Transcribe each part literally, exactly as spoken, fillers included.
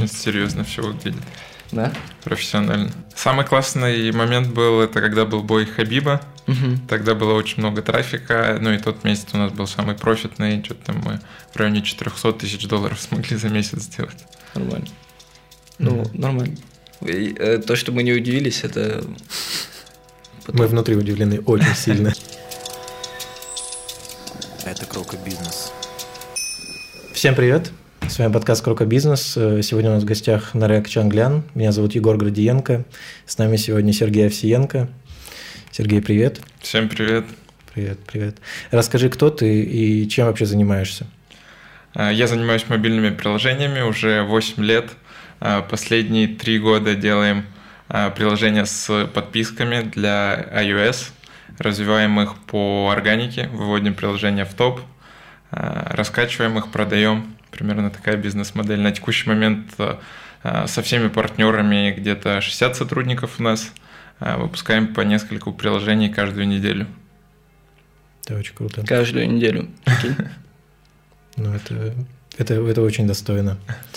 очень серьезно все выглядит. Да? Профессионально. Самый классный момент был, это когда был бой Хабиба. Угу. Тогда было очень много трафика. Ну и тот месяц у нас был самый профитный. Что-то там мы в районе четыреста тысяч долларов смогли за месяц сделать. Нормально. Ну, mm. нормально. И, э, то, что мы не удивились, это... Потом... Мы внутри удивлены очень сильно. Это Крока Бизнес. Всем привет. С вами подкаст Крока Бизнес. Сегодня у нас в гостях Нарек Чанглян. Меня зовут Егор Градиенко. С нами сегодня Сергей Овсиенко. Сергей, привет. Всем привет. Привет, привет. Расскажи, кто ты и чем вообще занимаешься? Я занимаюсь мобильными приложениями уже восемь лет. Последние три года делаем приложения с подписками для iOS. Развиваем их по органике, выводим приложения в топ, раскачиваем их, продаем. Примерно такая бизнес-модель. На текущий момент со всеми партнерами где-то шестьдесят сотрудников у нас. Выпускаем по несколько приложений каждую неделю. Это очень круто. Каждую неделю. Ну, это, это, это очень достойно.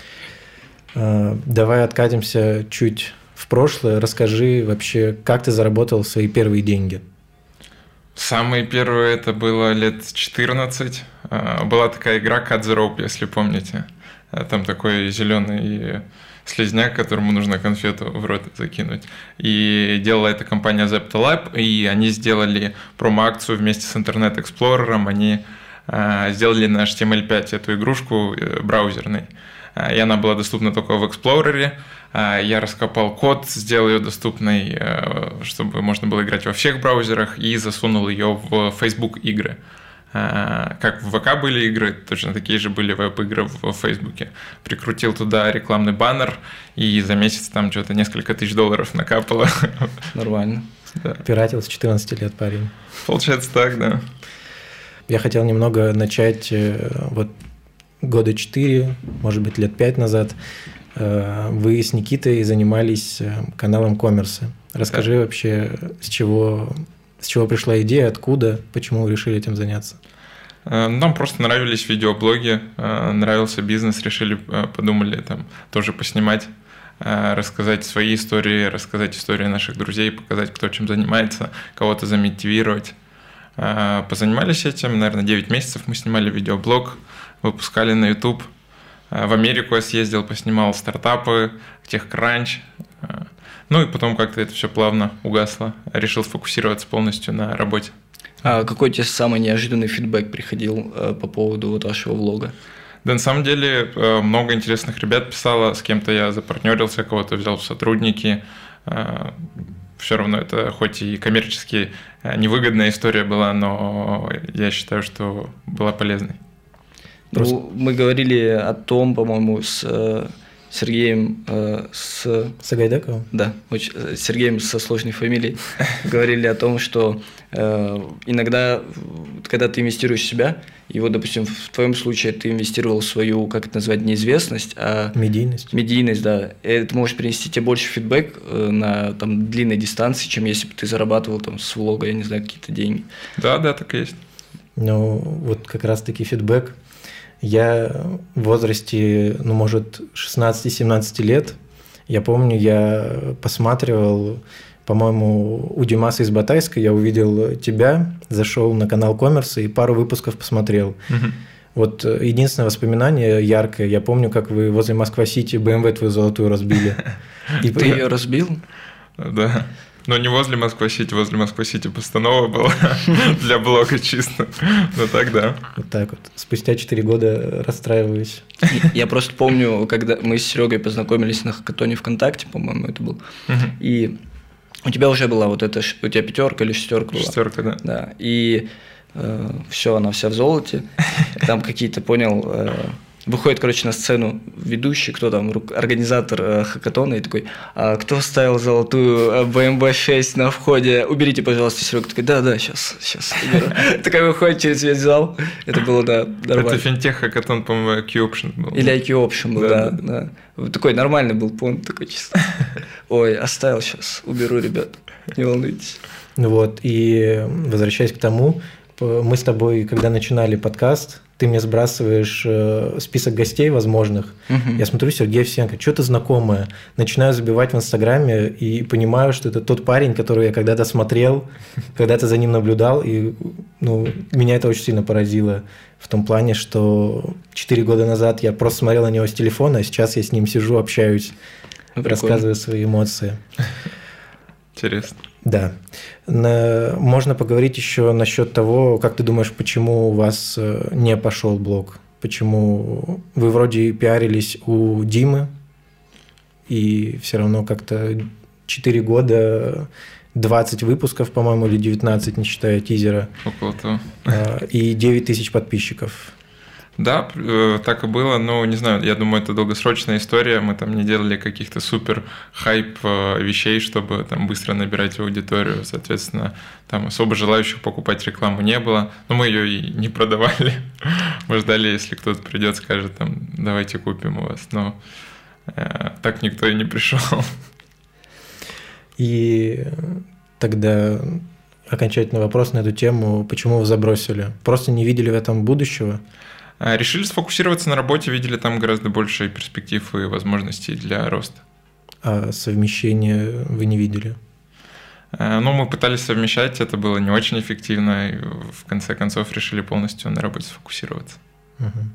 Давай откатимся чуть в прошлое. Расскажи вообще, как ты заработал свои первые деньги? Самые первые это было лет четырнадцать. Была такая игра Cut the Rope, если помните. Там такой зеленый слизняк, которому нужно конфету в рот закинуть. И делала эта компания Zeptolab, и они сделали промо-акцию вместе с Internet Explorer. Они сделали на эйч ти эм эль пять эту игрушку браузерной. И она была доступна только в Explorer. Я раскопал код, сделал ее доступной, чтобы можно было играть во всех браузерах, и засунул ее в Facebook игры. Как в ВК были игры, точно такие же были веб-игры в Фейсбуке. Прикрутил туда рекламный баннер, и за месяц там что-то несколько тысяч долларов накапало. Нормально. Да. Пиратил с четырнадцати лет парень. Получается так, да. Я хотел немного начать вот года четыре, может быть, лет пять назад. Вы с Никитой занимались каналом коммерса. Расскажи да. вообще, с чего, с чего пришла идея, откуда, почему вы решили этим заняться? Нам просто нравились видеоблоги, нравился бизнес, решили, подумали там тоже поснимать, рассказать свои истории, рассказать истории наших друзей, показать, кто чем занимается, кого-то замотивировать. Позанимались этим, наверное, девять месяцев мы снимали видеоблог, выпускали на YouTube. В Америку я съездил, поснимал стартапы, TechCrunch. Ну и потом как-то это все плавно угасло. Решил сфокусироваться полностью на работе. А какой тебе самый неожиданный фидбэк приходил по поводу вот вашего влога? Да, на самом деле много интересных ребят писало, с кем-то я запартнерился, кого-то взял в сотрудники. Все равно это хоть и коммерчески невыгодная история была, но я считаю, что была полезной. Ну, мы говорили о том, по-моему, с э, Сергеем э, с... Сагайдаковым? Да, очень, с Сергеем со сложной фамилией. Говорили о том, что э, иногда, когда ты инвестируешь в себя, и вот, допустим, в твоем случае ты инвестировал в свою, как это назвать, неизвестность, а... Медийность. Медийность, да. И это может принести тебе больше фидбэк э, на там, длинной дистанции, чем если бы ты зарабатывал там, с влога, я не знаю, какие-то деньги. Да, да, так и есть. Ну, вот как раз-таки фидбэк. Я в возрасте, ну, может, шестнадцати-семнадцати лет, я помню, я посматривал, по-моему, у Димаса из Батайска, я увидел тебя, зашел на канал Коммерса и пару выпусков посмотрел. Угу. Вот единственное воспоминание яркое, я помню, как вы возле Москва-Сити бэ эм вэ твою золотую разбили. Ты ее разбил? Да. Но не возле Москва-Сити, возле Москва-Сити постанова была для блога чисто. Ну так, да. Вот так вот. Спустя четыре года расстраиваюсь. Я просто помню, когда мы с Серегой познакомились на хакатоне ВКонтакте, по-моему, это был. И у тебя уже была вот эта, у тебя пятерка или шестерка была? Шестерка, да. Да. И э, все, она вся в золоте. Там какие-то, понял... Э, Выходит, короче, на сцену ведущий, кто там, организатор э, хакатона, и такой, а кто ставил золотую бэ эм вэ шесть на входе? Уберите, пожалуйста, Серега. Такой, да-да, сейчас, сейчас уберу. Такой выходит через весь зал. Это было, да, нормально. Это финтех хакатон, по-моему, ай кью Option был. Или ай кью Option был, да, да. Такой нормальный был понт, такой чисто. Ой, оставил сейчас, уберу, ребят, не волнуйтесь. Вот, и возвращаясь к тому, мы с тобой, когда начинали подкаст, ты мне сбрасываешь э, список гостей возможных. Мгм. Я смотрю, Сергей Овсенко, что-то знакомое. Начинаю забивать в Инстаграме и понимаю, что это тот парень, которого я когда-то смотрел, когда-то за ним наблюдал. И ну, меня это очень сильно поразило в том плане, что четыре года назад я просто смотрел на него с телефона, а сейчас я с ним сижу, общаюсь, Ну, прикольно. рассказываю свои эмоции. Интересно. Да. На- Можно поговорить еще насчет того, как ты думаешь, почему у вас э, не пошел блог? Почему вы вроде пиарились у Димы, и все равно как-то четыре года, двадцать выпусков, по-моему, или девятнадцать, не считая тизера, Около того. э, и девять тысяч подписчиков. Да, э, так и было, но не знаю, я думаю, это долгосрочная история, мы там не делали каких-то супер хайп э, вещей, чтобы там быстро набирать аудиторию, соответственно, там особо желающих покупать рекламу не было, но мы ее и не продавали, мы ждали, если кто-то придет, скажет там, давайте купим у вас, но э, так никто и не пришел. И тогда окончательный вопрос на эту тему, почему вы забросили? Просто не видели в этом будущего? А, Решили сфокусироваться на работе, видели там гораздо больше перспектив и возможностей для роста. А совмещение вы не видели? Э, Ну, мы пытались совмещать, это было не очень эффективно, и в конце концов решили полностью на работе сфокусироваться. Мгм.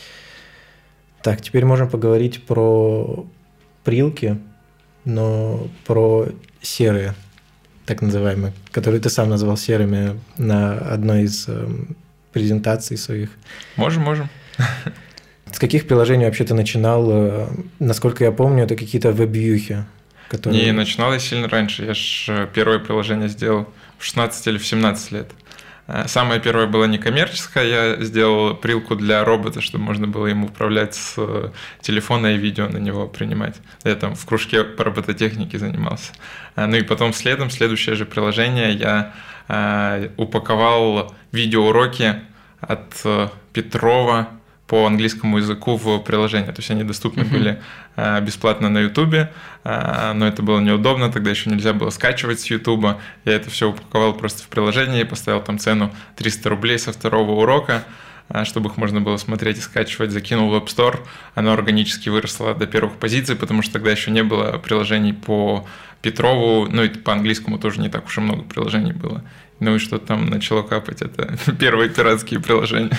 Так, теперь можем поговорить про прилки, но про серые, так называемые, которые ты сам назвал серыми на одной из эм, презентаций своих. Можем, можем. С каких приложений вообще ты начинал? Э, Насколько я помню, это какие-то веб-вьюхи, которые... Не, начинал я сильно раньше. Я же первое приложение сделал в шестнадцать или в семнадцать лет. Э, Самое первое было некоммерческое. Я сделал прилку для робота, чтобы можно было им управлять с э, телефона и видео на него принимать. Я там в кружке по робототехнике занимался. Э, Ну и потом следом, следующее же приложение, я э, упаковал видеоуроки от э, Петрова по английскому языку в приложение. То есть они доступны были э, бесплатно на Ютубе, э, но это было неудобно, тогда еще нельзя было скачивать с Ютуба. Я это все упаковал просто в приложение, поставил там цену триста рублей со второго урока, э, чтобы их можно было смотреть и скачивать, закинул в App Store. Оно органически выросло до первых позиций, потому что тогда еще не было приложений по Петрову, ну и по английскому тоже не так уж и много приложений было. Ну и что там начало капать, это первые пиратские приложения.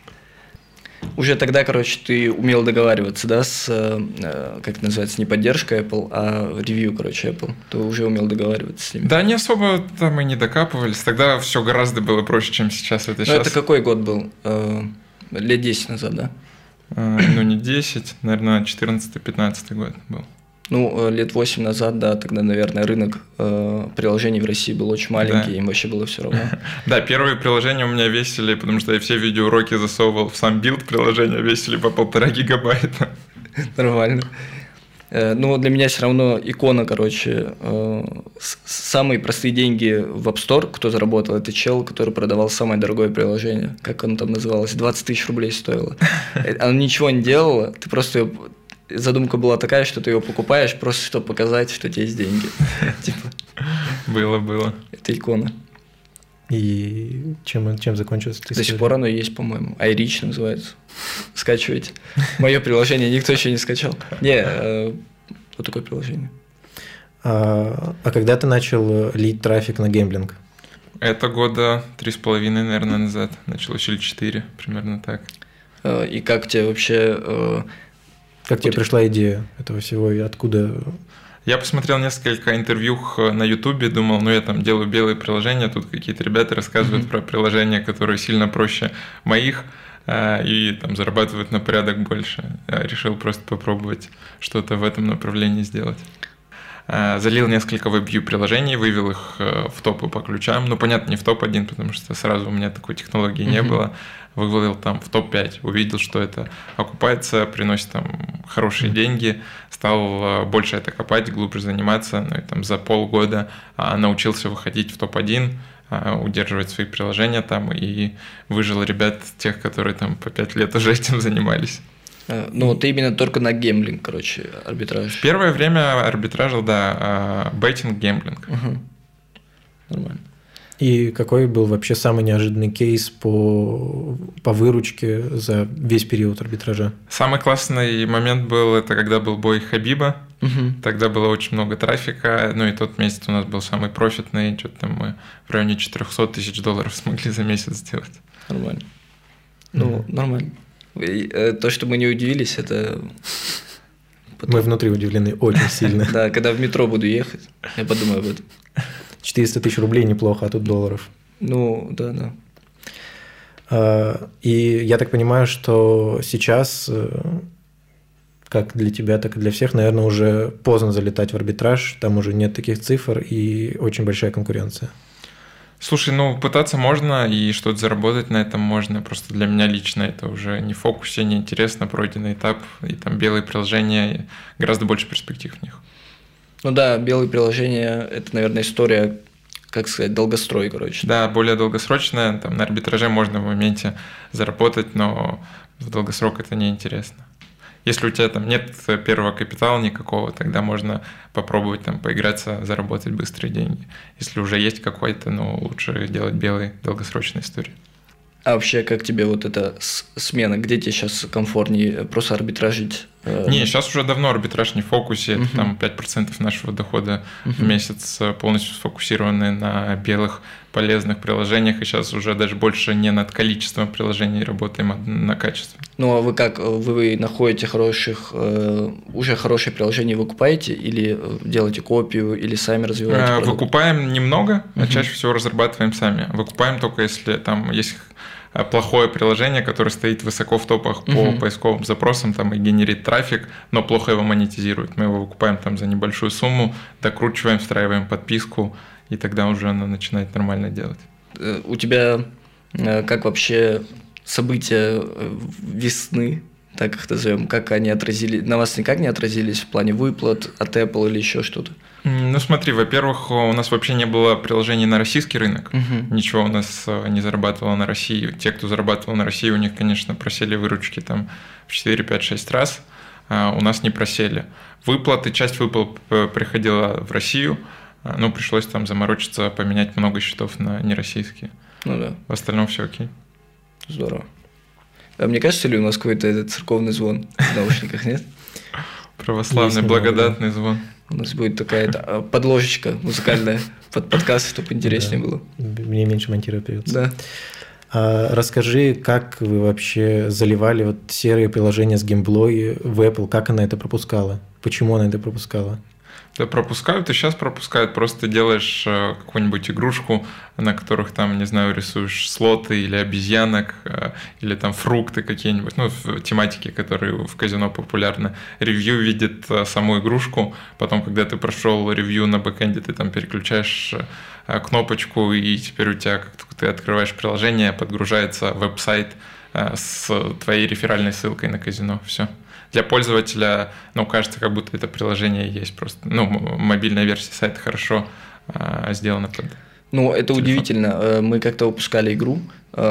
Уже тогда, короче, ты умел договариваться, да, с, э, как это называется, не поддержкой Apple, а ревью, короче, Apple. Ты уже умел договариваться с ними. Да, не особо там и не докапывались. Тогда все гораздо было проще, чем сейчас. Это Ну, сейчас, это какой год был? Э, лет десять назад, да? э, ну, не десять, наверное, четырнадцатый-пятнадцатый год был. Ну, э, лет восемь назад, да, тогда, наверное, рынок э, приложений в России был очень маленький, Да. им вообще было все равно. Да, первые приложения у меня весили, потому что я все видеоуроки засовывал в сам билд приложения, весили по полтора гигабайта. Нормально. Э, Ну, для меня все равно икона, короче, э, с- самые простые деньги в App Store, кто заработал, это чел, который продавал самое дорогое приложение. Как оно там называлось? двадцать тысяч рублей стоило. Э, Оно ничего не делало, ты просто её- задумка была такая, что ты его покупаешь, просто чтобы показать, что у тебя есть деньги. Типа, Было, было. это икона. И чем, чем закончилась эта До сих история? пор оно есть, по-моему. iReach называется. Скачивайте. Мое приложение никто еще не скачал. Не, э, вот такое приложение. А, а когда ты начал лить трафик на гэмблинг? Это года три с половиной, наверное, назад. Началось или четыре, примерно так. Э, И как тебе вообще... э, Как тебе Вот. пришла идея этого всего и откуда? Я посмотрел несколько интервью на Ютубе, думал, ну я там делаю белые приложения, тут какие-то ребята рассказывают Мгм. про приложения, которые сильно проще моих, э, и там зарабатывают на порядок больше. Я решил просто попробовать что-то в этом направлении сделать. Э, Залил несколько WebView приложений, вывел их э, в топы по ключам. Ну, понятно, не в топ один, потому что сразу у меня такой технологии не Мгм. было. Вывалил там в топ пять, увидел, что это окупается, приносит там хорошие деньги, стал э, больше это копать, глубже заниматься, ну и там за полгода а, научился выходить в топ один, а, удерживать свои приложения там, и выжил ребят, тех, которые там по пять лет уже этим занимались. э, Ну, ты именно только на гемблинг, короче, арбитраж. Первое время арбитражил, да, а, беттинг, гэмблинг. Мгм. Нормально. И какой был вообще самый неожиданный кейс по, по выручке за весь период арбитража? Самый классный момент был, это когда был бой Хабиба. Угу. Тогда было очень много трафика, ну и тот месяц у нас был самый профитный, что-то там мы в районе четыреста тысяч долларов смогли за месяц сделать. Нормально. Ну, mm. нормально. И, то, что мы не удивились, это... Потом... Мы внутри удивлены очень сильно. Да, когда в метро буду ехать, я подумаю об этом. четыреста тысяч рублей неплохо, а тут долларов. Ну, да, да. И я так понимаю, что сейчас, как для тебя, так и для всех, наверное, уже поздно залетать в арбитраж, там уже нет таких цифр и очень большая конкуренция. Слушай, ну пытаться можно и что-то заработать на этом можно, просто для меня лично это уже не в фокусе, не интересно, пройденный этап, и там белые приложения, гораздо больше перспектив в них. Ну да, белые приложения – это, наверное, история, как сказать, долгострой, короче. Да, более долгосрочная, там на арбитраже можно в моменте заработать, но в долгосрок это неинтересно. Если у тебя там нет первого капитала никакого, тогда можно попробовать там поиграться, заработать быстрые деньги. Если уже есть какой-то, ну, лучше делать белые долгосрочные истории. А вообще, как тебе вот эта смена? Где тебе сейчас комфортнее просто арбитражить? Не, сейчас уже давно арбитраж не в фокусе. Uh-huh. Это там пять процентов нашего дохода uh-huh. в месяц полностью сфокусированы на белых полезных приложениях. И сейчас уже даже больше не над количеством приложений работаем, а на качестве. Ну, а вы как? Вы находите хороших, уже хорошие приложения выкупаете или делаете копию, или сами развиваете продукт? Выкупаем немного, uh-huh. а чаще всего разрабатываем сами. Выкупаем только если там есть плохое приложение, которое стоит высоко в топах по uh-huh. поисковым запросам там, и генерит трафик, но плохо его монетизирует. Мы его выкупаем там за небольшую сумму, докручиваем, встраиваем подписку, и тогда уже она начинает нормально делать. У тебя как вообще события весны, так их назовем, как они отразились, на вас никак не отразились в плане выплат от Apple или еще что-то? Ну смотри, во-первых, у нас вообще не было приложений на российский рынок, uh-huh. ничего у нас не зарабатывало на России. Те, кто зарабатывал на России, у них, конечно, просели выручки там в четыре, пять, шесть раз, а у нас не просели. Выплаты, часть выплат приходила в Россию, но пришлось там заморочиться, поменять много счетов на нероссийские. Ну да. В остальном все окей. Здорово. А мне кажется ли у нас какой-то этот церковный звон в наушниках, нет? Православный, благодатный звон. У нас будет такая подложечка музыкальная под подкаст, чтобы интереснее было. Мне меньше монтировать придется. Да. А расскажи, как вы вообще заливали вот серые приложения с геймплой в Apple, как она это пропускала? Почему она это пропускала? Да, пропускают и сейчас пропускают. Просто делаешь какую-нибудь игрушку, на которых там, не знаю, рисуешь слоты или обезьянок, или там фрукты какие-нибудь, ну, в тематике, которые в казино популярны. Ревью видит саму игрушку, потом, когда ты прошел ревью на бэкэнде, ты там переключаешь кнопочку, и теперь у тебя, как только ты открываешь приложение, подгружается веб-сайт с твоей реферальной ссылкой на казино. Все. Для пользователя, ну, кажется, как будто это приложение есть просто. Ну, мобильная версия сайта хорошо а, сделана под Ну, это телефон. Удивительно. Мы как-то выпускали игру,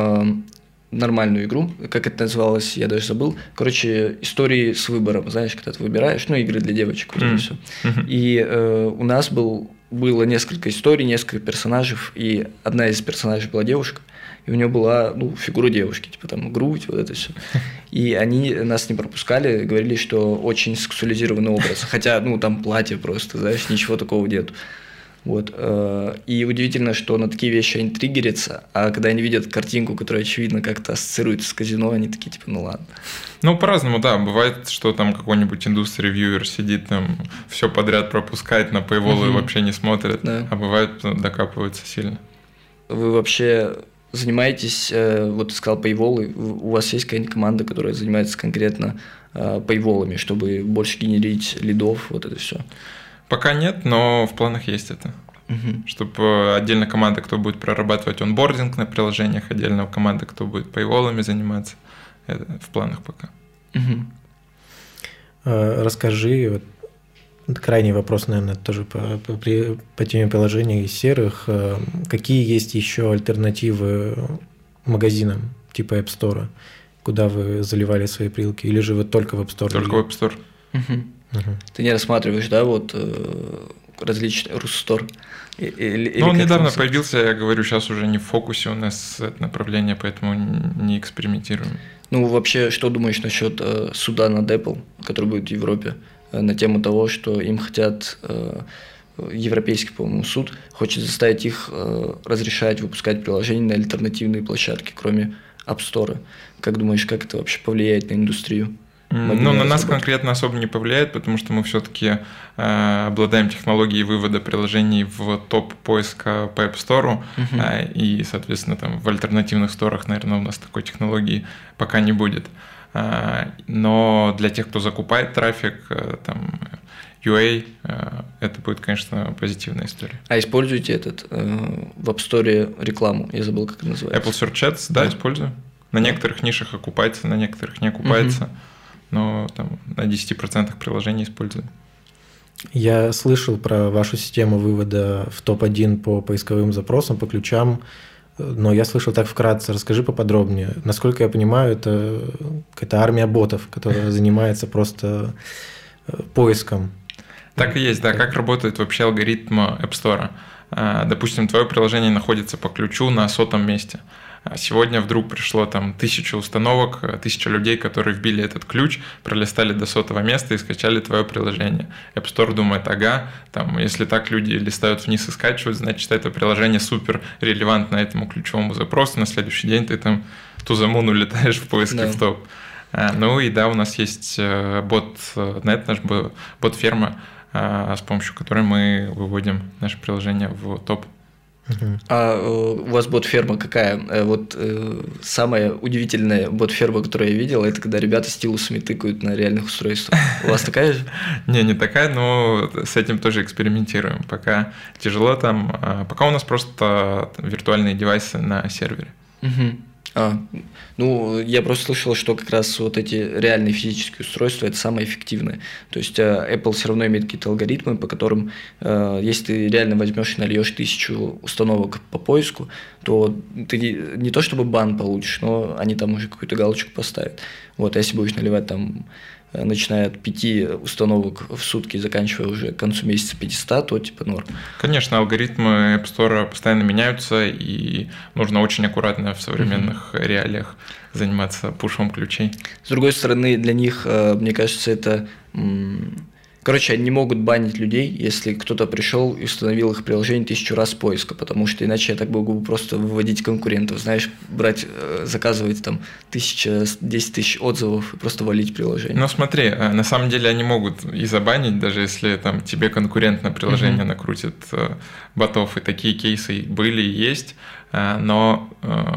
нормальную игру, как это называлось, я даже забыл. Короче, истории с выбором, знаешь, когда ты выбираешь, ну, игры для девочек, вот mm. это все. Mm-hmm. И э, у нас был, было несколько историй, несколько персонажей, и одна из персонажей была девушка, и у нее была, ну, фигура девушки, типа там грудь, вот это все. И они нас не пропускали, говорили, что очень сексуализированный образ, хотя, ну, там платье просто, знаешь, ничего такого нет. Вот. И удивительно, что на такие вещи они триггерятся, а когда они видят картинку, которая, очевидно, как-то ассоциируется с казино, они такие, типа, ну ладно. Ну, по-разному, да. Бывает, что там какой-нибудь индустрий-ревьюер сидит, там, все подряд пропускает, на пейволы угу. вообще не смотрит, да. А бывает, докапываются сильно. Вы вообще занимаетесь, вот ты сказал, пейволы, у вас есть какая-нибудь команда, которая занимается конкретно пейволами, чтобы больше генерить лидов, вот это все? Пока нет, но в планах есть это. Uh-huh. Чтобы отдельно команда, кто будет прорабатывать онбординг на приложениях, отдельно команда, кто будет пейволами заниматься. Это в планах пока. Uh-huh. Расскажи, вот, крайний вопрос, наверное, тоже по, по, по теме приложений из серых. Какие есть еще альтернативы магазинам типа App Store, куда вы заливали свои прилки? Или же вы только в App Store? Только в App Store. Uh-huh. Uh-huh. Ты не рассматриваешь, да, вот различные, Русстор. Ну, он недавно появился, я говорю, сейчас уже не в фокусе у нас это направление, поэтому не экспериментируем. Ну, вообще, что думаешь насчет э, суда над Apple, который будет в Европе, э, на тему того, что им хотят, э, европейский, по-моему, суд хочет заставить их э, разрешать выпускать приложения на альтернативные площадки, кроме App Store. Как думаешь, как это вообще повлияет на индустрию? Ну, на нас конкретно особо не повлияет, потому что мы все-таки э, обладаем технологией вывода приложений в топ поиска по App Store, uh-huh. э, и, соответственно, там в альтернативных сторах, наверное, у нас такой технологии пока не будет. Э, но для тех, кто закупает трафик, э, там, ю эй, э, это будет, конечно, позитивная история. А используете этот э, в App Store рекламу? Я забыл, как это называется. Apple Search Ads, да, да. использую. На да. некоторых нишах окупается, на некоторых не окупается. Uh-huh. Но там на десять процентов приложений использую. Я слышал про вашу систему вывода в топ один по поисковым запросам, по ключам, но я слышал так вкратце. Расскажи поподробнее. Насколько я понимаю, это какая-то армия ботов, которая занимается просто поиском. Так и есть, да. Как работает вообще алгоритм App Store? Допустим, твое приложение находится по ключу на сотом месте. Сегодня вдруг пришло там тысяча установок, тысяча людей, которые вбили этот ключ, пролистали до сотого места и скачали твое приложение. App Store думает, ага, там, если так люди листают вниз и скачивают, значит, это приложение супер релевантно этому ключевому запросу. На следующий день ты там to the moon улетаешь в поиске да. в топ. Ну и да, у нас есть бот.нет, наш бот-ферма, с помощью которой мы выводим наше приложение в топ. Uh-huh. А у вас бот-ферма какая? Вот э, самая удивительная бот-ферма, которую я видел, это когда ребята стилусами тыкают на реальных устройствах. У вас такая же? Не, не такая, но с этим тоже экспериментируем. Пока тяжело там. Пока у нас просто виртуальные девайсы на сервере. А, ну, я просто слышал, что как раз вот эти реальные физические устройства – это самое эффективное. То есть Apple все равно имеет какие-то алгоритмы, по которым, если ты реально возьмешь и нальешь тысячу установок по поиску, то ты не то чтобы бан получишь, но они там уже какую-то галочку поставят. Вот, а если будешь наливать там, начиная от пяти установок в сутки, заканчивая уже к концу месяца пятьсот, то типа норм. Конечно, алгоритмы App Store постоянно меняются, и нужно очень аккуратно в современных mm-hmm. реалиях заниматься пушем ключей. С другой стороны, для них, мне кажется, это... Короче, они не могут банить людей, если кто-то пришел и установил их приложение тысячу раз поиска, потому что иначе я так могу просто выводить конкурентов, знаешь, брать, заказывать там тысяча, десять тысяч отзывов и просто валить приложение. Ну смотри, на самом деле они могут и забанить, даже если там тебе конкурент на приложение uh-huh. накрутит ботов, и такие кейсы были и есть, но...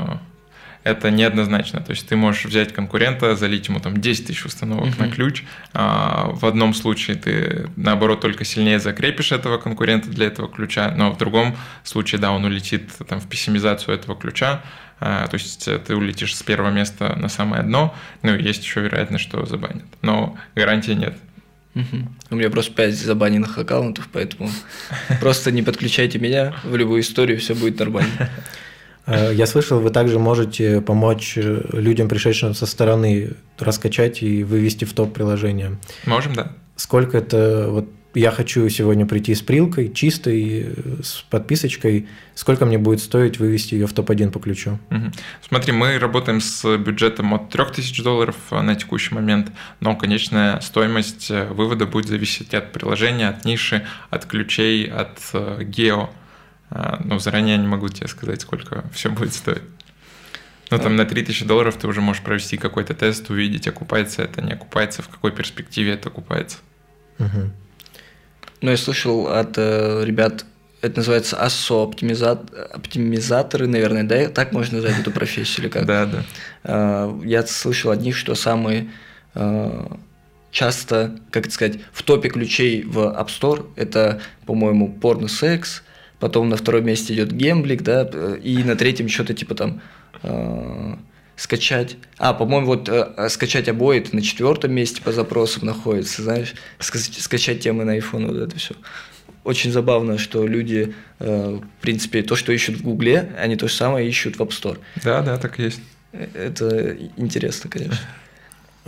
это неоднозначно. То есть ты можешь взять конкурента, залить ему там десять тысяч установок uh-huh. на ключ. А в одном случае ты, наоборот, только сильнее закрепишь этого конкурента для этого ключа, но в другом случае, да, он улетит там, в пессимизацию этого ключа. А, то есть ты улетишь с первого места на самое дно, ну и есть еще вероятность, что забанят. Но гарантии нет. Uh-huh. У меня просто пять забаненных аккаунтов, поэтому просто не подключайте меня в любую историю, все будет нормально. Я слышал, вы также можете помочь людям, пришедшим со стороны, раскачать и вывести в топ приложение. Можем, да. Сколько это... Вот я хочу сегодня прийти с прилкой, чистой, с подписочкой. Сколько мне будет стоить вывести ее в топ один по ключу? Угу. Смотри, мы работаем с бюджетом от трех тысяч долларов на текущий момент, но конечная стоимость вывода будет зависеть от приложения, от ниши, от ключей, от гео. Но заранее я не могу тебе сказать, сколько все будет стоить. Ну, там на три тысячи долларов ты уже можешь провести какой-то тест, увидеть, окупается это, не окупается, в какой перспективе это окупается. Угу. Ну, я слышал от э, ребят, это называется эй эс о оптимизаторы, наверное, да? Так можно назвать эту профессию или как? Да, да. Э, я слышал от них, что самые э, часто, как это сказать, в топе ключей в App Store это, по-моему, порно-секс, потом на втором месте идет гемблик, да, и на третьем что-то типа там э, скачать. А, по-моему, вот э, скачать обои это на четвертом месте по запросам находится, знаешь, ска- скачать темы на iPhone, вот это все. Очень забавно, что люди, э, в принципе, то, что ищут в Гугле, они то же самое ищут в App Store. Да, да, так и есть. Это интересно, конечно.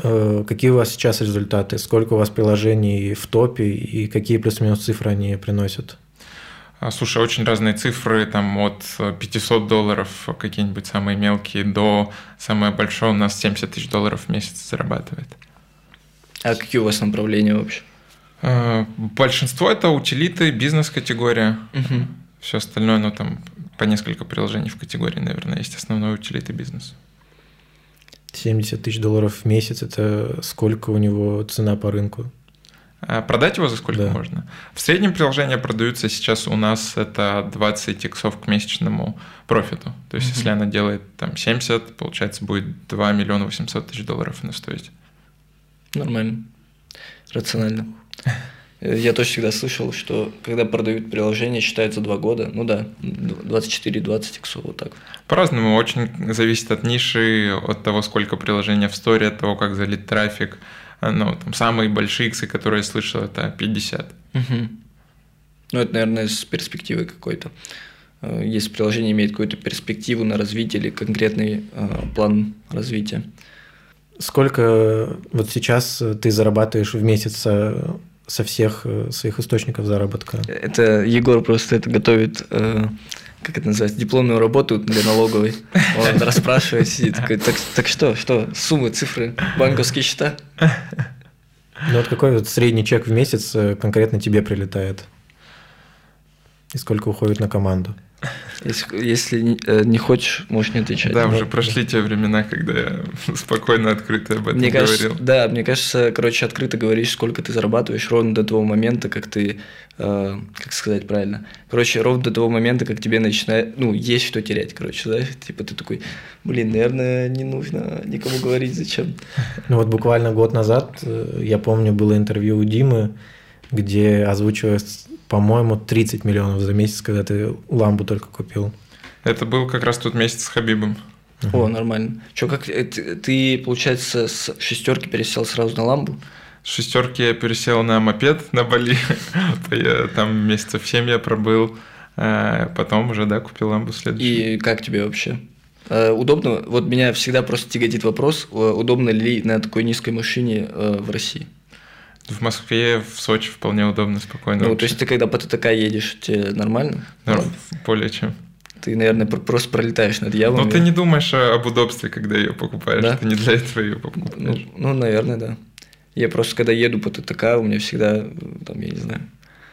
Какие у вас сейчас результаты? Сколько у вас приложений в топе и какие плюс-минус цифры они приносят? Слушай, очень разные цифры, там от пятисот долларов какие-нибудь самые мелкие до самое большое у нас семьдесят тысяч долларов в месяц зарабатывает. А какие у вас направления вообще? Большинство это утилиты, бизнес-категория. Угу. Все остальное, ну там по несколько приложений в категории, наверное, есть основной утилиты бизнес. семьдесят тысяч долларов в месяц – это сколько у него цена по рынку? А продать его за сколько да. можно? В среднем приложения продаются сейчас у нас это двадцать иксов к месячному профиту. То есть, mm-hmm. если она делает там семьдесят, получается, будет два миллиона восемьсот тысяч долларов она стоить. Нормально. Рационально. Я тоже всегда слышал, что когда продают приложение, считается два года. Ну да, двадцать четыре двадцать иксов, вот так. По-разному. Очень зависит от ниши, от того, сколько приложений в сторе, от того, как залит трафик. Ну, там самые большие иксы, которые я слышал, это пятьдесят. Угу. Ну, это, наверное, с перспективой какой-то. Если приложение имеет какую-то перспективу на развитие или конкретный э, план развития. Сколько вот сейчас ты зарабатываешь в месяц со всех своих источников заработка? Это Егор просто это готовит, э, как это называется, дипломную работу для налоговой. Он расспрашивает, сидит, такой, так, так что, что, суммы, цифры, банковские счета? Ну вот какой вот средний чек в месяц конкретно тебе прилетает? И сколько уходит на команду? Если, если не, не хочешь, можешь не отвечать. Да, уже прошли те времена, когда я спокойно, открыто об этом мне говорил. Кажется, да, мне кажется, короче, открыто говоришь, сколько ты зарабатываешь, ровно до того момента, как ты, э, как сказать правильно, короче, ровно до того момента, как тебе начинает, ну, есть что терять, короче, да, типа ты такой, блин, наверное, не нужно никому говорить, зачем. Ну вот буквально год назад, я помню, было интервью у Димы, где озвучивалось, по-моему, тридцать миллионов за месяц, когда ты ламбу только купил. Это был как раз тот месяц с Хабибом. О, нормально. Че, как ты, получается, с шестерки пересел сразу на ламбу? С шестерки я пересел на мопед на Бали. Там месяцев семь я пробыл. Потом уже, да, купил ламбу следующую. И как тебе вообще? Удобно? Вот меня всегда просто тяготит вопрос, удобно ли на такой низкой машине в России? В Москве, в Сочи вполне удобно, спокойно. Ну, вообще. то есть ты когда по ТТК едешь, тебе нормально? Ну, более чем. Ты, наверное, просто пролетаешь над Явами. Но ты не думаешь об удобстве, когда ее покупаешь. Да? Ты не для этого ее покупаешь. Ну, ну, наверное, да. Я просто, когда еду по ТТК, у меня всегда, там, я не знаю,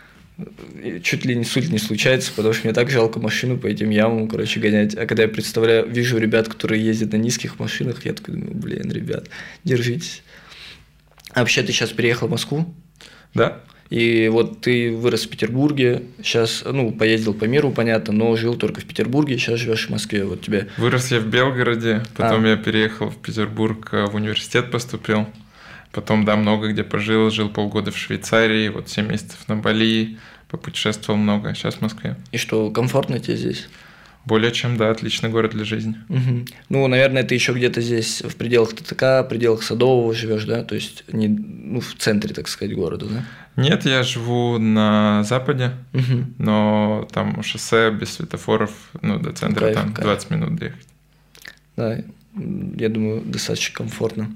чуть ли не суть не случается, потому что мне так жалко машину по этим ямам, короче, гонять. А когда я представляю, вижу ребят, которые ездят на низких машинах, я такой думаю, блин, ребят, держитесь. А вообще ты сейчас переехал в Москву? Да. И вот ты вырос в Петербурге, сейчас, ну, поездил по миру, понятно, но жил только в Петербурге, сейчас живешь в Москве. Вот тебе... Вырос я в Белгороде, потом а. я переехал в Петербург, в университет поступил. Потом, да, много где пожил, жил полгода в Швейцарии, вот семь месяцев на Бали, попутешествовал много, сейчас в Москве. И что, комфортно тебе здесь? Более чем, да, отличный город для жизни. Угу. Ну, наверное, ты еще где-то здесь в пределах ТТК, в пределах Садового живешь, да? То есть не, ну, в центре, так сказать, города, да? Нет, я живу на западе, угу. но там шоссе без светофоров, ну, до центра кайф, там кайф. двадцать минут доехать. Да, я думаю, достаточно комфортно.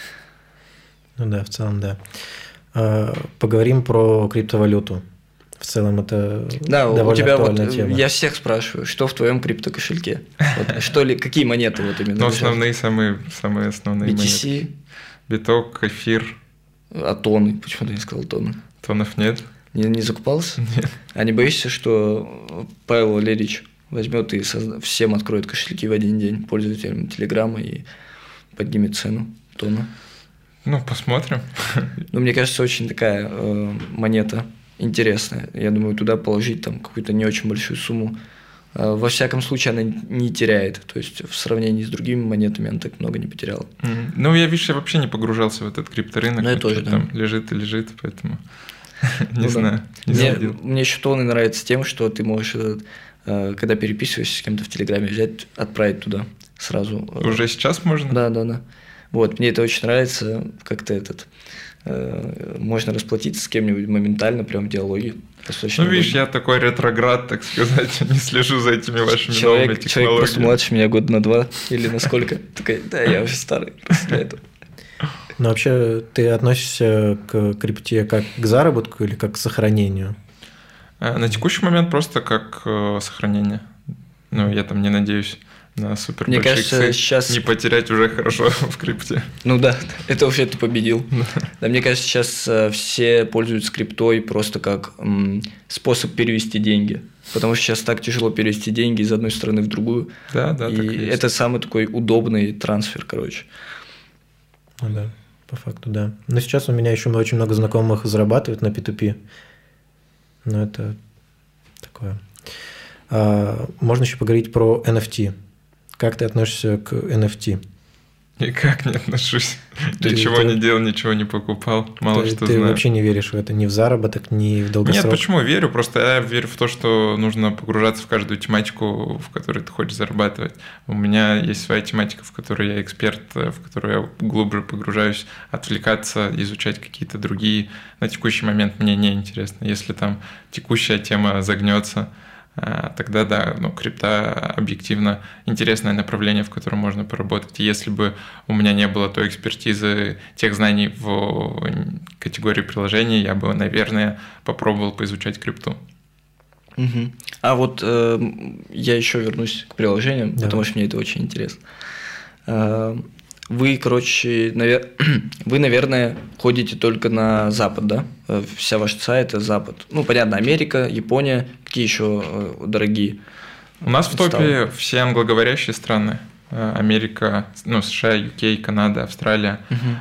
Ну да, в целом, да. Поговорим про криптовалюту. В целом это да, довольно у тебя актуальная вот, тема. Я всех спрашиваю, что в твоем криптокошельке? Вот, что ли, какие монеты вот именно? Ну, основные, самые, самые основные би ти си? монеты. Биток, эфир. А тоны? Почему ты не сказал тоны? Тонов нет. Не, не закупался? Нет. А не боишься, что Павел Валерьевич возьмет и созда... всем откроет кошельки в один день пользователям Телеграма и поднимет цену тона? Ну, посмотрим. Ну, мне кажется, очень такая э, монета интересная. Я думаю, туда положить там какую-то не очень большую сумму. Э, во всяком случае, она не теряет. То есть, в сравнении с другими монетами она так много не потеряла. Mm-hmm. Ну, я, видишь, я вообще не погружался в этот крипторынок. Ну, я тоже, да. Там лежит и лежит, поэтому не знаю, не мне, мне еще тоны нравится тем, что ты можешь, э, когда переписываешься с кем-то в Телеграме, взять, отправить туда сразу. Уже сейчас можно? Да, да, да. Вот, мне это очень нравится, как-то этот, э, можно расплатиться с кем-нибудь моментально, прям в диалоге. Ну, видишь, я такой ретроград, так сказать, не слежу за этими вашими человек, новыми технологиями. Человек просто младше меня года на два или на сколько. Такой, да, я уже старый просто для этого. Но вообще ты относишься к крипте как к заработку или как к сохранению? На текущий момент просто как сохранение. Ну, я там не надеюсь на супер Мне большие кажется, иксы. сейчас... Не потерять уже хорошо в крипте. Ну да, это вообще ты победил. Да, мне кажется, сейчас э, все пользуются криптой просто как м, способ перевести деньги. Потому что сейчас так тяжело перевести деньги из одной страны в другую. Да, да, и так и есть. это самый такой удобный трансфер, короче. Ну да, по факту, да. Но сейчас у меня еще очень много знакомых зарабатывают на пи ту пи. Но это такое. А, можно еще поговорить про эн эф ти. Как ты относишься к эн эф ти? Никак не отношусь. Ты, ничего ты, не делал, ничего не покупал. Мало ты, что ты знаю. вообще не веришь в это? Ни в заработок, ни в долгосрок? Нет, почему? Верю. Просто я верю в то, что нужно погружаться в каждую тематику, в которой ты хочешь зарабатывать. У меня есть своя тематика, в которой я эксперт, в которую я глубже погружаюсь, отвлекаться, изучать какие-то другие. На текущий момент мне не интересно. Если там текущая тема загнется, тогда да, ну, крипта объективно интересное направление, в котором можно поработать. И если бы у меня не было той экспертизы, тех знаний в категории приложений, я бы, наверное, попробовал поизучать крипту. Угу. А вот э, я еще вернусь к приложениям, да. потому что мне это очень интересно. Э, Вы, короче, навер... вы, наверное, ходите только на Запад, да? Вся ваша ЦА – это Запад. Ну, понятно, Америка, Япония. Какие еще дорогие? У нас в топе все англоговорящие страны. Америка, ну, США, ю кей, Канада, Австралия.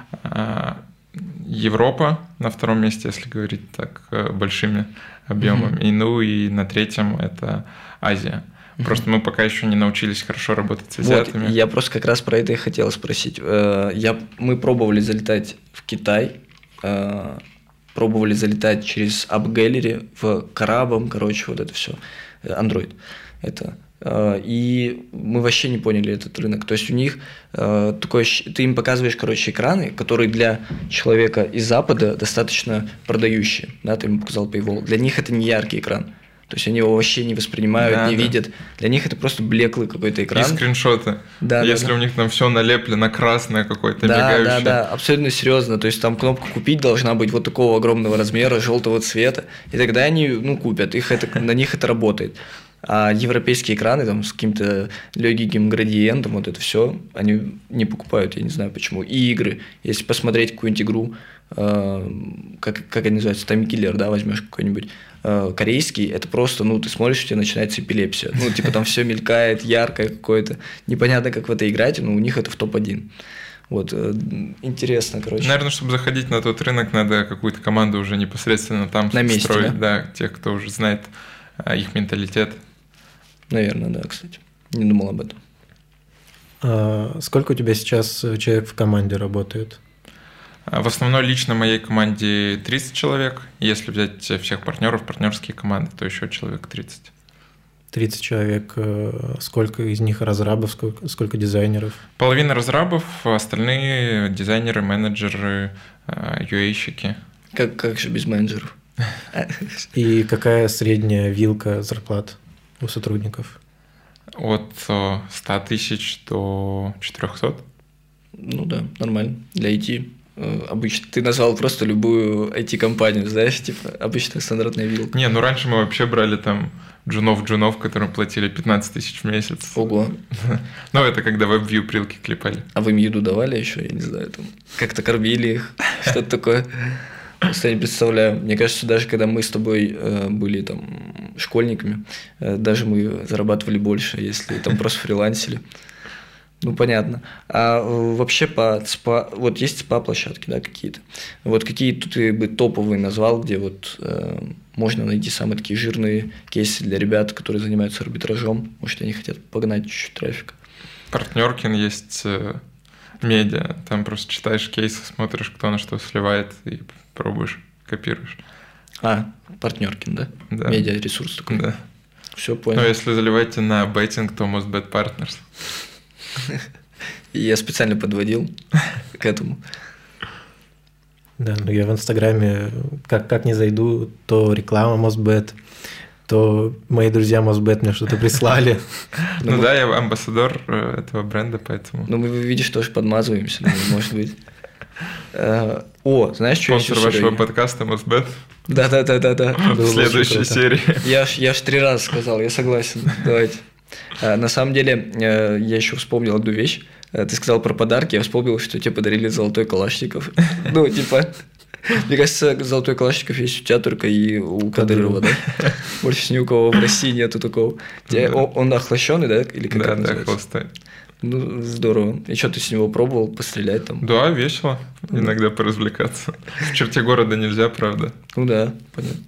Угу. Европа на втором месте, если говорить так, большими объемами. Угу. И, ну, и на третьем – это Азия. Просто мы пока еще не научились хорошо работать с азиатами. Вот, я просто как раз про это и хотел спросить. Я, мы пробовали залетать в Китай, пробовали залетать через App Gallery в Карабам, короче, вот это все, Android. Это. И мы вообще не поняли этот рынок. То есть у них такое, ты им показываешь, короче, экраны, которые для человека из Запада достаточно продающие. Да, ты ему показал Paywall. Для них это не яркий экран. То есть они его вообще не воспринимают, да, не да. видят. Для них это просто блеклый какой-то экран. И скриншоты. Да, Если да, у да. них там все налеплено красное какое-то, да, мигающее. Да, да, абсолютно серьезно. То есть там кнопка «Купить» должна быть вот такого огромного размера, желтого цвета. И тогда они, ну, купят. Их это, на них это работает. А европейские экраны там с каким-то легким градиентом, вот это все, они не покупают, я не знаю почему. И игры. Если посмотреть какую-нибудь игру, э, как, как они называются, Time Killer, да, возьмешь какой-нибудь э, корейский, это просто, ну, ты смотришь, у тебя начинается эпилепсия. Ну, типа там все мелькает, яркое какое-то. Непонятно, как в это играть, но у них это в топ один. Вот, э, интересно, короче. Наверное, чтобы заходить на тот рынок, надо какую-то команду уже непосредственно там на месте, строить. Да? Да, тех, кто уже знает их менталитет. Наверное, да, кстати. Не думал об этом. А сколько у тебя сейчас человек в команде работает? В основной лично моей команде тридцать человек. Если взять всех партнеров, партнерские команды, то еще человек тридцать. тридцать человек. Сколько из них разрабов, сколько, сколько дизайнеров? Половина разрабов, остальные дизайнеры, менеджеры, ю эй-щики. Как, как же без менеджеров? И какая средняя вилка зарплат у сотрудников? От ста тысяч до четырехсот. Ну да, нормально. Для ай ти обычно. Ты назвал просто любую ай ти-компанию, знаешь, типа обычная стандартная вилка. Не, ну раньше мы вообще брали там джунов-джунов, которым платили пятнадцать тысяч в месяц. Ого. Ну, это когда WebView прилки клепали. А вы им еду давали еще, я не знаю, там как-то кормили их, что-то такое? Просто я не представляю. Мне кажется, даже когда мы с тобой э, были там школьниками, э, даже мы зарабатывали больше, если там просто фрилансили. Ну, понятно. А э, вообще по спа... Вот есть спа-площадки, да, какие-то? Вот какие ты бы топовые назвал, где вот э, можно найти самые такие жирные кейсы для ребят, которые занимаются арбитражом? Может, они хотят погнать чуть-чуть трафика? Партнеркин есть э, медиа. Там просто читаешь кейсы, смотришь, кто на что сливает и пробуешь, копируешь. А, партнеркин, да? Да. Медиа-ресурс такой. Да. Все понял. Но если заливаете на беттинг, то Mostbet Partners. Я специально подводил к этому. Да, ну я в Инстаграме, как, как не зайду, то реклама Mostbet, то мои друзья Mostbet мне что-то прислали. Ну да, я амбассадор этого бренда, поэтому... Ну мы, видишь, тоже подмазываемся, может быть. Э, О, знаешь, что Спонсор вашего подкаста Мосбет Да-да-да-да-да. в следующей серии. Я ж, я ж три раза сказал, я согласен. Давайте. А, на самом деле, э, я еще вспомнил одну вещь. Э, Ты сказал про подарки, я вспомнил, что тебе подарили золотой Калашников. Ну, типа, мне кажется, золотой Калашников есть у тебя только и у Кадырова, да? Больше ни у кого в России нету такого. Тебе- о- Он охлащенный, да? Или как Да, это да, называется? хвостай. Ну, здорово. И что, ты с него пробовал пострелять там? Да, весело. Иногда поразвлекаться. В черте города нельзя, правда. Ну да, понятно.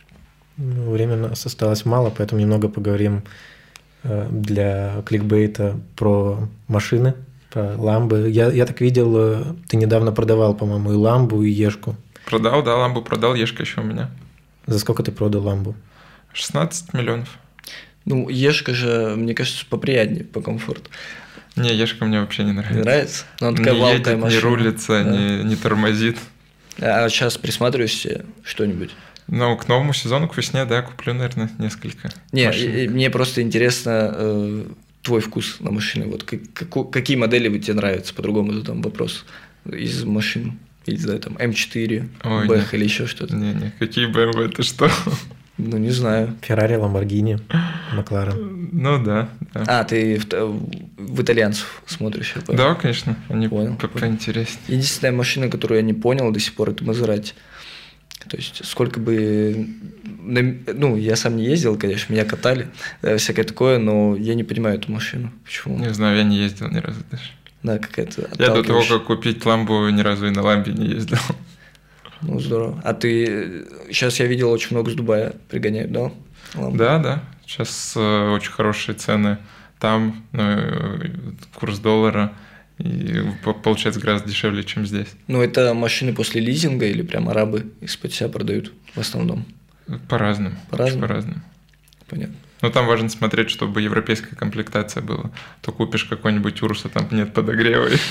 Ну, времени у нас осталось мало, поэтому немного поговорим э, для кликбейта про машины, про ламбы. Я, я так видел, э, ты недавно продавал, по-моему, и ламбу, и ешку. Продал, да, ламбу продал, ешка еще у меня. За сколько ты продал ламбу? шестнадцать миллионов. Ну, Ешка же, мне кажется, поприятнее, по комфорту. Не, ешка мне вообще не нравится. Не нравится? Но она такая Не валкая едет, не машина. рулится, Да. не, не тормозит. А сейчас присматриваешь себе что-нибудь? Ну, к новому сезону, к весне, да, куплю, наверное, несколько Не, машин. и- и мне просто интересно э, твой вкус на машины. Вот как- каку- какие модели вот тебе нравятся? По-другому это там вопрос из машин. Я не знаю, там эм четыре, Ой, Бэх нет. или еще что-то. Не-не, какие бэ эм вэ, это что? Ну, не знаю. Феррари, Ламборгини, Макларен. Ну да, да. А, ты в, в итальянцев смотришь, я понял. Да, конечно, они Понял, по- понял. поинтереснее. Единственная машина, которую я не понял до сих пор, это Мазерати. То есть, сколько бы... на- Ну, я сам не ездил, конечно, меня катали, э, всякое такое, но я не понимаю эту машину. Почему? Не знаю, я не ездил ни разу даже. Да, какая-то Я до того, отталкивающая. как купить ламбу, ни разу и на ламбе не ездил. Ну, здорово. А ты... Сейчас я видел, очень много с Дубая пригоняют, да? Ламбу? Да, да. Сейчас э, очень хорошие цены там, ну, э, курс доллара, и по- получается гораздо дешевле, чем здесь. Ну, это машины после лизинга или прям арабы из-под себя продают в основном? По-разному. По-разному? Очень по-разному. Понятно. Но там важно смотреть, чтобы европейская комплектация была. То купишь какой-нибудь Урус, а там нет подогрева. и-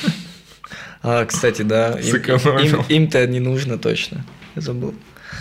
А, кстати, да, им, Сэкономил. им- им-то не нужно точно. Я забыл.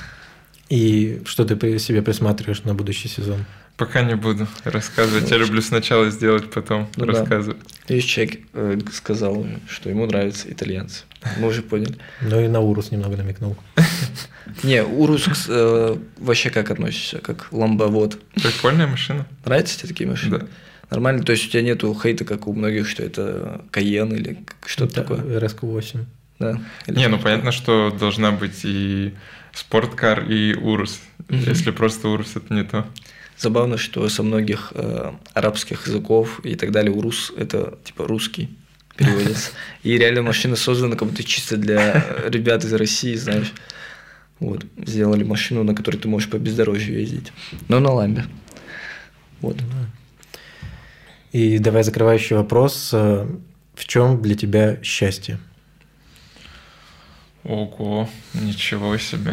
И что ты при- себе присматриваешь на будущий сезон? Пока не буду рассказывать. Я люблю сначала сделать, потом Ну да. рассказывать. Видишь, человек э, сказал уже, что ему нравятся итальянцы. Мы уже поняли. Ну и на Урус немного намекнул. Не, Урус э, вообще как относишься? Как ламбовод? Прикольная машина. Нравятся тебе такие машины? Да. Нормально? То есть у тебя нету хейта, как у многих, что это Кайен или что-то Да, такое? эр эс восемь. Да? Или Не, ну что-то понятно, что должна быть и спорткар, и Урус. Мгм. Если просто Урус, это не то. Забавно, что со многих э, арабских языков и так далее урус – это типа русский переводится. И реально машина создана как будто чисто для ребят из России, знаешь. Вот, сделали машину, на которой ты можешь по бездорожью ездить. Но на ламбе. Вот. И давай закрывающий вопрос. э, В чем для тебя счастье? Ого, ничего себе.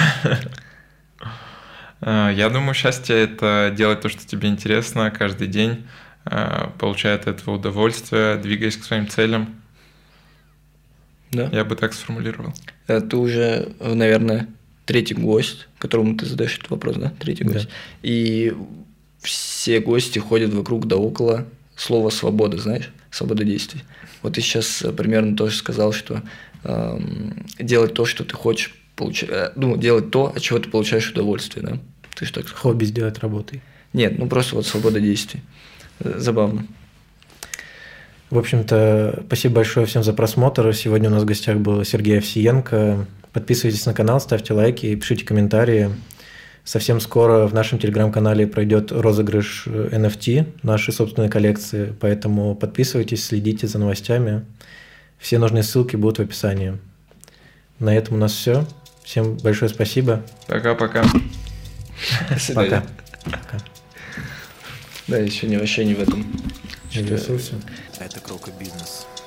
А, Я думаю, счастье – это делать то, что тебе интересно каждый день, а, получая от этого удовольствие, двигаясь к своим целям. Да. Я бы так сформулировал. Э, Ты уже, э, наверное, третий гость, которому ты задаешь этот вопрос, да? Третий Да. гость. И все гости ходят вокруг да около слова «свобода», знаешь? Свобода действий. Вот ты сейчас э, примерно тоже сказал, что эм, делать то, что ты хочешь, получ... э, ну, делать то, от чего ты получаешь удовольствие, да? Ты же так сказал? Хобби сделать работой. Нет, ну просто вот свобода действий. Э, Забавно. В общем-то, спасибо большое всем за просмотр. Сегодня у нас в гостях был Сергей Овсиенко. Подписывайтесь на канал, ставьте лайки и пишите комментарии. Совсем скоро в нашем телеграм-канале пройдет розыгрыш эн эф ти нашей собственной коллекции, поэтому подписывайтесь, следите за новостями. Все нужные ссылки будут в описании. На этом у нас все. Всем большое спасибо. Пока-пока. До свидания. Пока. Пока. Да, еще не вообще не в этом. Не в ресурсе. Это Крока Бизнес.